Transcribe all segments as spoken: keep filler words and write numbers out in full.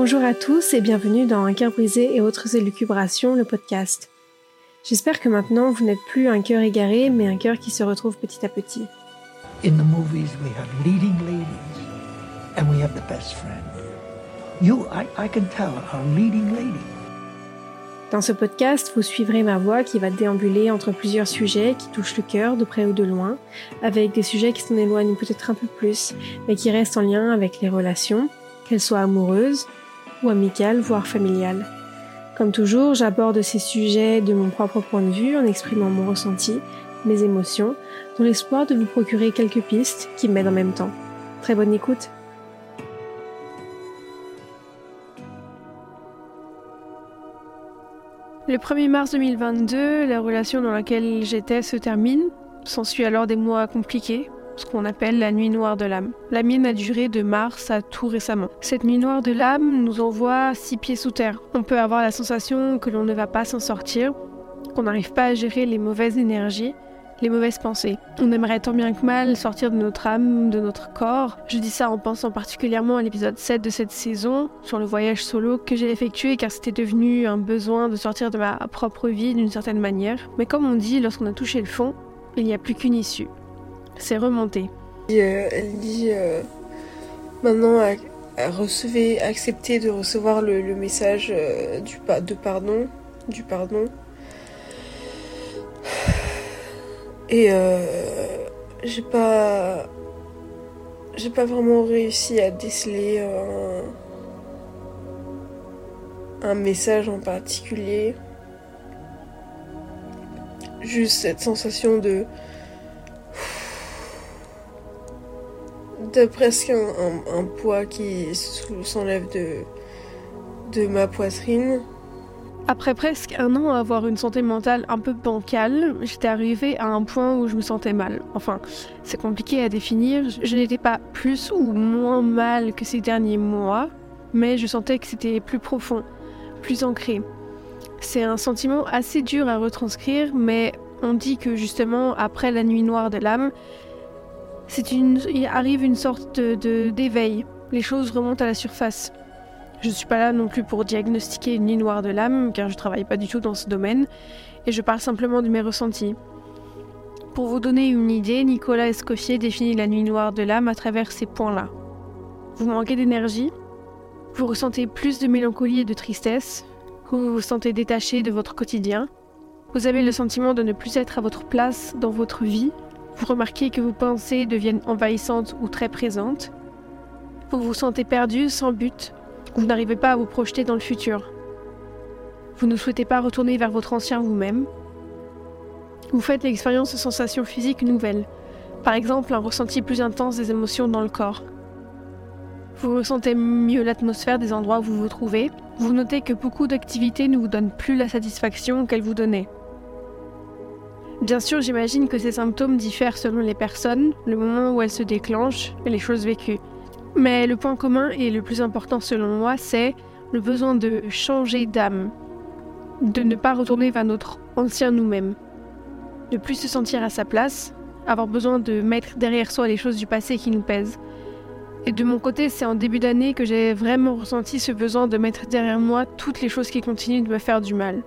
Bonjour à tous et bienvenue dans Un cœur brisé et autres élucubrations, le podcast. J'espère que maintenant vous n'êtes plus un cœur égaré, mais un cœur qui se retrouve petit à petit. In the movies, we have leading ladies, and we have the best friend. You, I, I can tell, are leading lady. Dans ce podcast, vous suivrez ma voix qui va déambuler entre plusieurs sujets qui touchent le cœur de près ou de loin, avec des sujets qui s'en éloignent peut-être un peu plus, mais qui restent en lien avec les relations, qu'elles soient amoureuses ou amicales, voire familiales. Comme toujours, j'aborde ces sujets de mon propre point de vue en exprimant mon ressenti, mes émotions, dans l'espoir de vous procurer quelques pistes qui m'aident en même temps. Très bonne écoute! Le premier mars deux mille vingt-deux, la relation dans laquelle j'étais se termine. S'ensuit alors des mois compliqués, ce qu'on appelle la nuit noire de l'âme. La mienne a duré de mars à tout récemment. Cette nuit noire de l'âme nous envoie six pieds sous terre. On peut avoir la sensation que l'on ne va pas s'en sortir, qu'on n'arrive pas à gérer les mauvaises énergies, les mauvaises pensées. On aimerait tant bien que mal sortir de notre âme, de notre corps. Je dis ça en pensant particulièrement à l'épisode sept de cette saison, sur le voyage solo que j'ai effectué car c'était devenu un besoin de sortir de ma propre vie d'une certaine manière. Mais comme on dit, lorsqu'on a touché le fond, il n'y a plus qu'une issue. C'est remonter. Et, euh, elle dit euh, maintenant à, à recevez, acceptez de recevoir le, le message euh, du, de pardon, du pardon. Et euh, j'ai pas, j'ai pas vraiment réussi à déceler un, un message en particulier. Juste cette sensation de, de presque un, un, un poids qui s'enlève de, de ma poitrine. Après presque un an à avoir une santé mentale un peu bancale, j'étais arrivée à un point où je me sentais mal. Enfin, c'est compliqué à définir. Je n'étais pas plus ou moins mal que ces derniers mois, mais je sentais que c'était plus profond, plus ancré. C'est un sentiment assez dur à retranscrire, mais on dit que justement, après la nuit noire de l'âme, c'est une, il arrive une sorte de, de, d'éveil. Les choses remontent à la surface. Je ne suis pas là non plus pour diagnostiquer une nuit noire de l'âme, car je ne travaille pas du tout dans ce domaine, et je parle simplement de mes ressentis. Pour vous donner une idée, Nicolas Escoffier définit la nuit noire de l'âme à travers ces points-là. Vous manquez d'énergie, vous ressentez plus de mélancolie et de tristesse, vous vous sentez détaché de votre quotidien, vous avez le sentiment de ne plus être à votre place dans votre vie, vous remarquez que vos pensées deviennent envahissantes ou très présentes, vous vous sentez perdu, sans but. Vous n'arrivez pas à vous projeter dans le futur. Vous ne souhaitez pas retourner vers votre ancien vous-même. Vous faites l'expérience de sensations physiques nouvelles. Par exemple, un ressenti plus intense des émotions dans le corps. Vous ressentez mieux l'atmosphère des endroits où vous vous trouvez. Vous notez que beaucoup d'activités ne vous donnent plus la satisfaction qu'elles vous donnaient. Bien sûr, j'imagine que ces symptômes diffèrent selon les personnes, le moment où elles se déclenchent et les choses vécues. Mais le point commun et le plus important selon moi, c'est le besoin de changer d'âme, de ne pas retourner vers notre ancien nous-mêmes, de plus se sentir à sa place, avoir besoin de mettre derrière soi les choses du passé qui nous pèsent. Et de mon côté, c'est en début d'année que j'ai vraiment ressenti ce besoin de mettre derrière moi toutes les choses qui continuent de me faire du mal.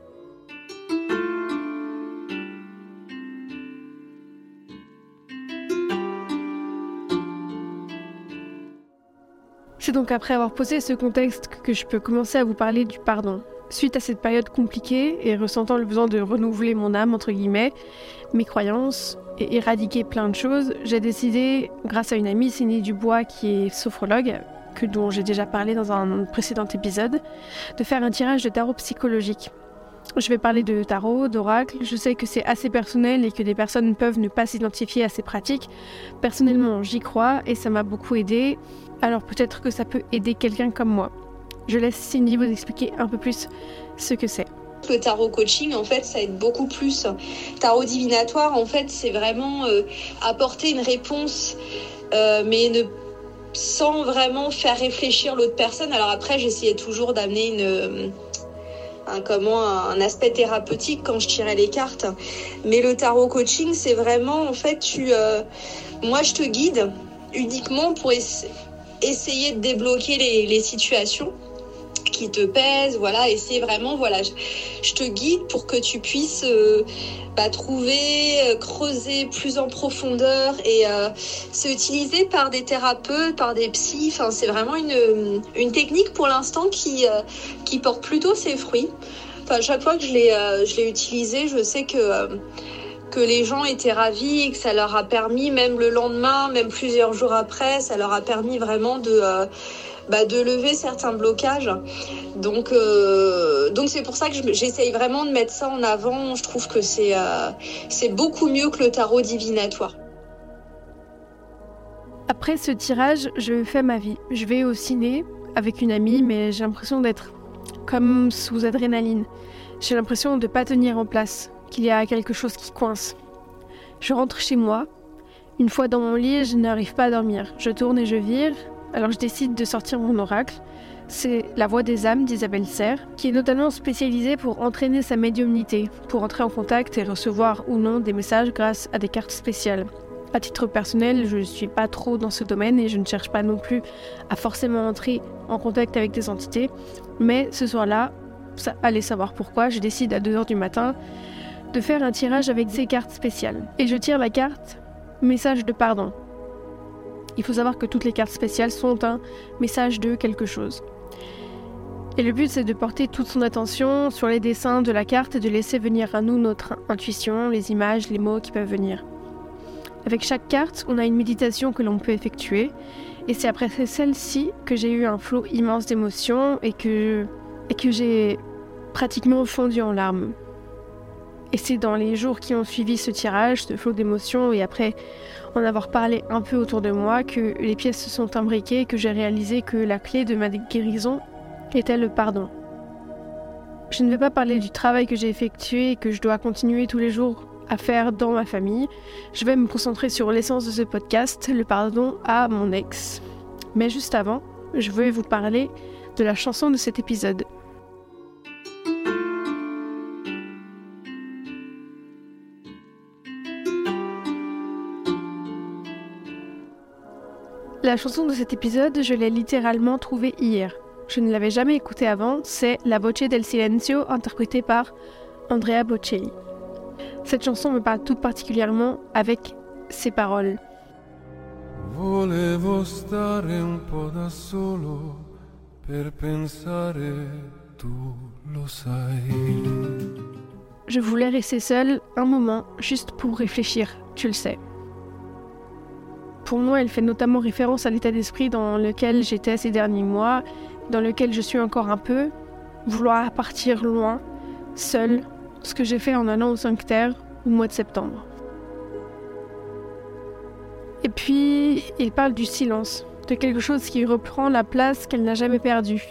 C'est donc après avoir posé ce contexte que je peux commencer à vous parler du pardon. Suite à cette période compliquée et ressentant le besoin de renouveler mon âme, entre guillemets, mes croyances et éradiquer plein de choses, j'ai décidé, grâce à une amie, Céline Dubois, qui est sophrologue, que, dont j'ai déjà parlé dans un précédent épisode, de faire un tirage de tarot psychologique. Je vais parler de tarot, d'oracle. Je sais que c'est assez personnel et que des personnes peuvent ne pas s'identifier à ces pratiques. Personnellement, j'y crois et ça m'a beaucoup aidée. Alors peut-être que ça peut aider quelqu'un comme moi. Je laisse Cindy vous expliquer un peu plus ce que c'est. Le tarot coaching, en fait, ça aide beaucoup plus. Tarot divinatoire, en fait, c'est vraiment euh, apporter une réponse, euh, mais ne sans vraiment faire réfléchir l'autre personne. Alors après, j'essayais toujours d'amener une... Un, comment, un aspect thérapeutique quand je tirais les cartes. Mais le tarot coaching, c'est vraiment, en fait, tu, euh, moi, je te guide uniquement pour essa- essayer de débloquer les, les situations qui te pèsent, voilà, et c'est vraiment, voilà, je, je te guide pour que tu puisses euh, bah, trouver, euh, creuser plus en profondeur, et euh, c'est utilisé par des thérapeutes, par des psys, enfin, c'est vraiment une, une technique pour l'instant qui, euh, qui porte plutôt ses fruits. Enfin, chaque fois que je l'ai, euh, je l'ai utilisé, je sais que, euh, que les gens étaient ravis et que ça leur a permis, même le lendemain, même plusieurs jours après, ça leur a permis vraiment de... Euh, Bah, de lever certains blocages. Donc, euh, donc c'est pour ça que je, j'essaye vraiment de mettre ça en avant. Je trouve que c'est, euh, c'est beaucoup mieux que le tarot divinatoire. Après ce tirage, je fais ma vie. Je vais au ciné avec une amie, mais j'ai l'impression d'être comme sous adrénaline. J'ai l'impression de ne pas tenir en place, qu'il y a quelque chose qui coince. Je rentre chez moi. Une fois dans mon lit, je n'arrive pas à dormir. Je tourne et je vire. Alors je décide de sortir mon oracle. C'est La Voix des âmes d'Isabelle Serre, qui est notamment spécialisée pour entraîner sa médiumnité, pour entrer en contact et recevoir ou non des messages grâce à des cartes spéciales. À titre personnel, je ne suis pas trop dans ce domaine et je ne cherche pas non plus à forcément entrer en contact avec des entités. Mais ce soir-là, ça, allez savoir pourquoi, je décide à deux heures du matin de faire un tirage avec ces cartes spéciales. Et je tire la carte « Message de pardon ». Il faut savoir que toutes les cartes spéciales sont un message de quelque chose. Et le but, c'est de porter toute son attention sur les dessins de la carte et de laisser venir à nous notre intuition, les images, les mots qui peuvent venir. Avec chaque carte, on a une méditation que l'on peut effectuer. Et c'est après celle-ci que j'ai eu un flot immense d'émotions et que, et que j'ai pratiquement fondu en larmes. Et c'est dans les jours qui ont suivi ce tirage, ce flot d'émotions, et après en avoir parlé un peu autour de moi, que les pièces se sont imbriquées et que j'ai réalisé que la clé de ma guérison était le pardon. Je ne vais pas parler du travail que j'ai effectué et que je dois continuer tous les jours à faire dans ma famille. Je vais me concentrer sur l'essence de ce podcast, le pardon à mon ex. Mais juste avant, je vais vous parler de la chanson de cet épisode. La chanson de cet épisode, je l'ai littéralement trouvée hier. Je ne l'avais jamais écoutée avant, c'est La Voce del Silenzio, interprétée par Andrea Bocelli. Cette chanson me parle tout particulièrement avec ses paroles. Volevo stare un po' da solo per pensare, tu lo sai. Je voulais rester seule un moment, juste pour réfléchir, tu le sais. Pour moi, elle fait notamment référence à l'état d'esprit dans lequel j'étais ces derniers mois, dans lequel je suis encore un peu, vouloir partir loin, seule, ce que j'ai fait en allant au cinq Terre au mois de septembre. Et puis, il parle du silence, de quelque chose qui reprend la place qu'elle n'a jamais perdue.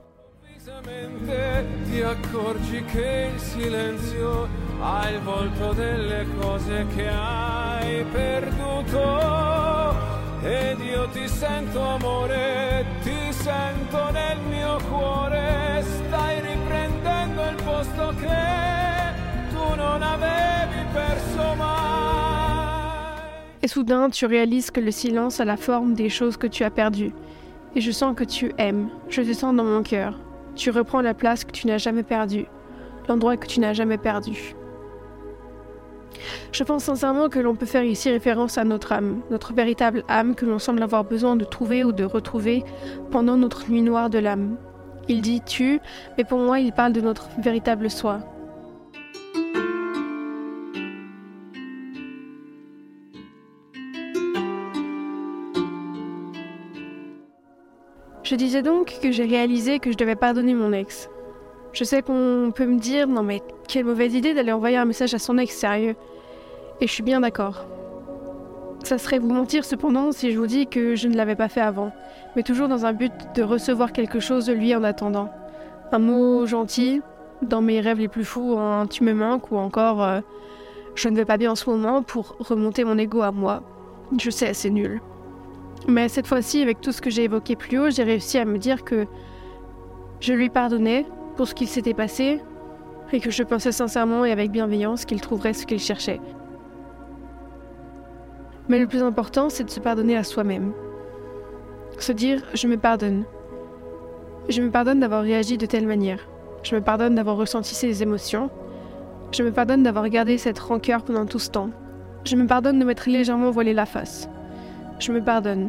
Ti accorgi che il silenzio ha il volto delle cose che hai perduto ed io ti sento amore, ti sento nel mio cuore, stai riprendendo il posto che tu non avevi perso mai. Et soudain, tu réalises que le silence a la forme des choses que tu as perdues. Et je sens que tu aimes, je te sens dans mon cœur. Tu reprends la place que tu n'as jamais perdue, l'endroit que tu n'as jamais perdu. Je pense sincèrement que l'on peut faire ici référence à notre âme, notre véritable âme que l'on semble avoir besoin de trouver ou de retrouver pendant notre nuit noire de l'âme. Il dit « tu », mais pour moi il parle de notre véritable soi. Je disais donc que j'ai réalisé que je devais pardonner mon ex. Je sais qu'on peut me dire « non mais quelle mauvaise idée d'aller envoyer un message à son ex, sérieux ?» Et je suis bien d'accord. Ça serait vous mentir cependant si je vous dis que je ne l'avais pas fait avant, mais toujours dans un but de recevoir quelque chose de lui en attendant. Un mot gentil, dans mes rêves les plus fous, un « tu me manques » ou encore euh, « je ne vais pas bien en ce moment » pour remonter mon ego à moi. Je sais, c'est nul. Mais cette fois-ci, avec tout ce que j'ai évoqué plus haut, j'ai réussi à me dire que je lui pardonnais pour ce qu'il s'était passé et que je pensais sincèrement et avec bienveillance qu'il trouverait ce qu'il cherchait. Mais le plus important, c'est de se pardonner à soi-même. Se dire « je me pardonne ». Je me pardonne d'avoir réagi de telle manière. Je me pardonne d'avoir ressenti ces émotions. Je me pardonne d'avoir gardé cette rancœur pendant tout ce temps. Je me pardonne de m'être légèrement voilé la face. Je me pardonne.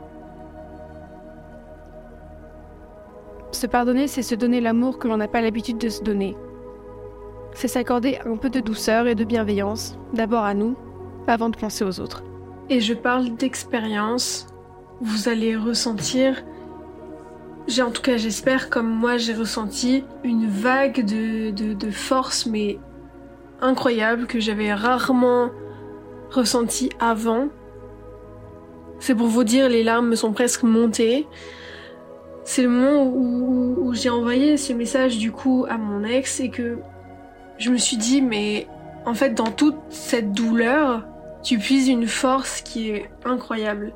Se pardonner, c'est se donner l'amour que l'on n'a pas l'habitude de se donner. C'est s'accorder un peu de douceur et de bienveillance, d'abord à nous, avant de penser aux autres. Et je parle d'expérience. Vous allez ressentir, j'ai en tout cas j'espère, comme moi j'ai ressenti, une vague de, de, de force, mais incroyable, que j'avais rarement ressenti avant. C'est pour vous dire, les larmes me sont presque montées. C'est le moment où, où j'ai envoyé ce message du coup à mon ex et que je me suis dit, mais en fait dans toute cette douleur, tu puises une force qui est incroyable.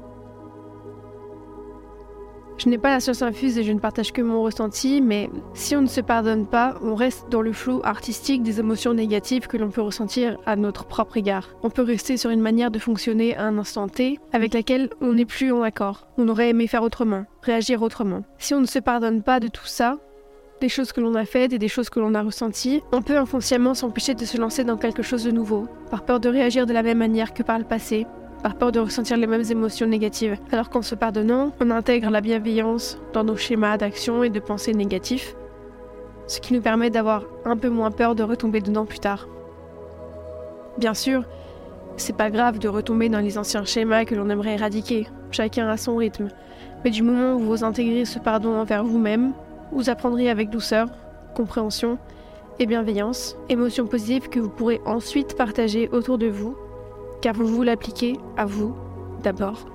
Je n'ai pas la science infuse et je ne partage que mon ressenti, mais si on ne se pardonne pas, on reste dans le flou artistique des émotions négatives que l'on peut ressentir à notre propre égard. On peut rester sur une manière de fonctionner à un instant T avec laquelle on n'est plus en accord. On aurait aimé faire autrement, réagir autrement. Si on ne se pardonne pas de tout ça, des choses que l'on a faites et des choses que l'on a ressenties, on peut inconsciemment s'empêcher de se lancer dans quelque chose de nouveau, par peur de réagir de la même manière que par le passé, par peur de ressentir les mêmes émotions négatives. Alors qu'en se pardonnant, on intègre la bienveillance dans nos schémas d'action et de pensée négatifs, ce qui nous permet d'avoir un peu moins peur de retomber dedans plus tard. Bien sûr, c'est pas grave de retomber dans les anciens schémas que l'on aimerait éradiquer, chacun à son rythme, mais du moment où vous intégrez ce pardon envers vous-même, vous apprendrez avec douceur, compréhension et bienveillance, émotions positives que vous pourrez ensuite partager autour de vous, car vous vous l'appliquez à vous d'abord.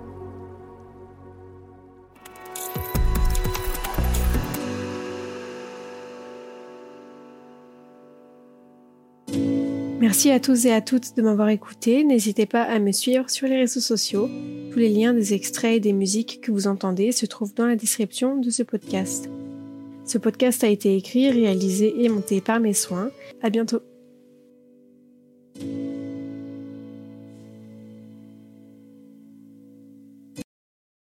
Merci à tous et à toutes de m'avoir écouté. N'hésitez pas à me suivre sur les réseaux sociaux. Tous les liens des extraits et des musiques que vous entendez se trouvent dans la description de ce podcast. Ce podcast a été écrit, réalisé et monté par mes soins. À bientôt.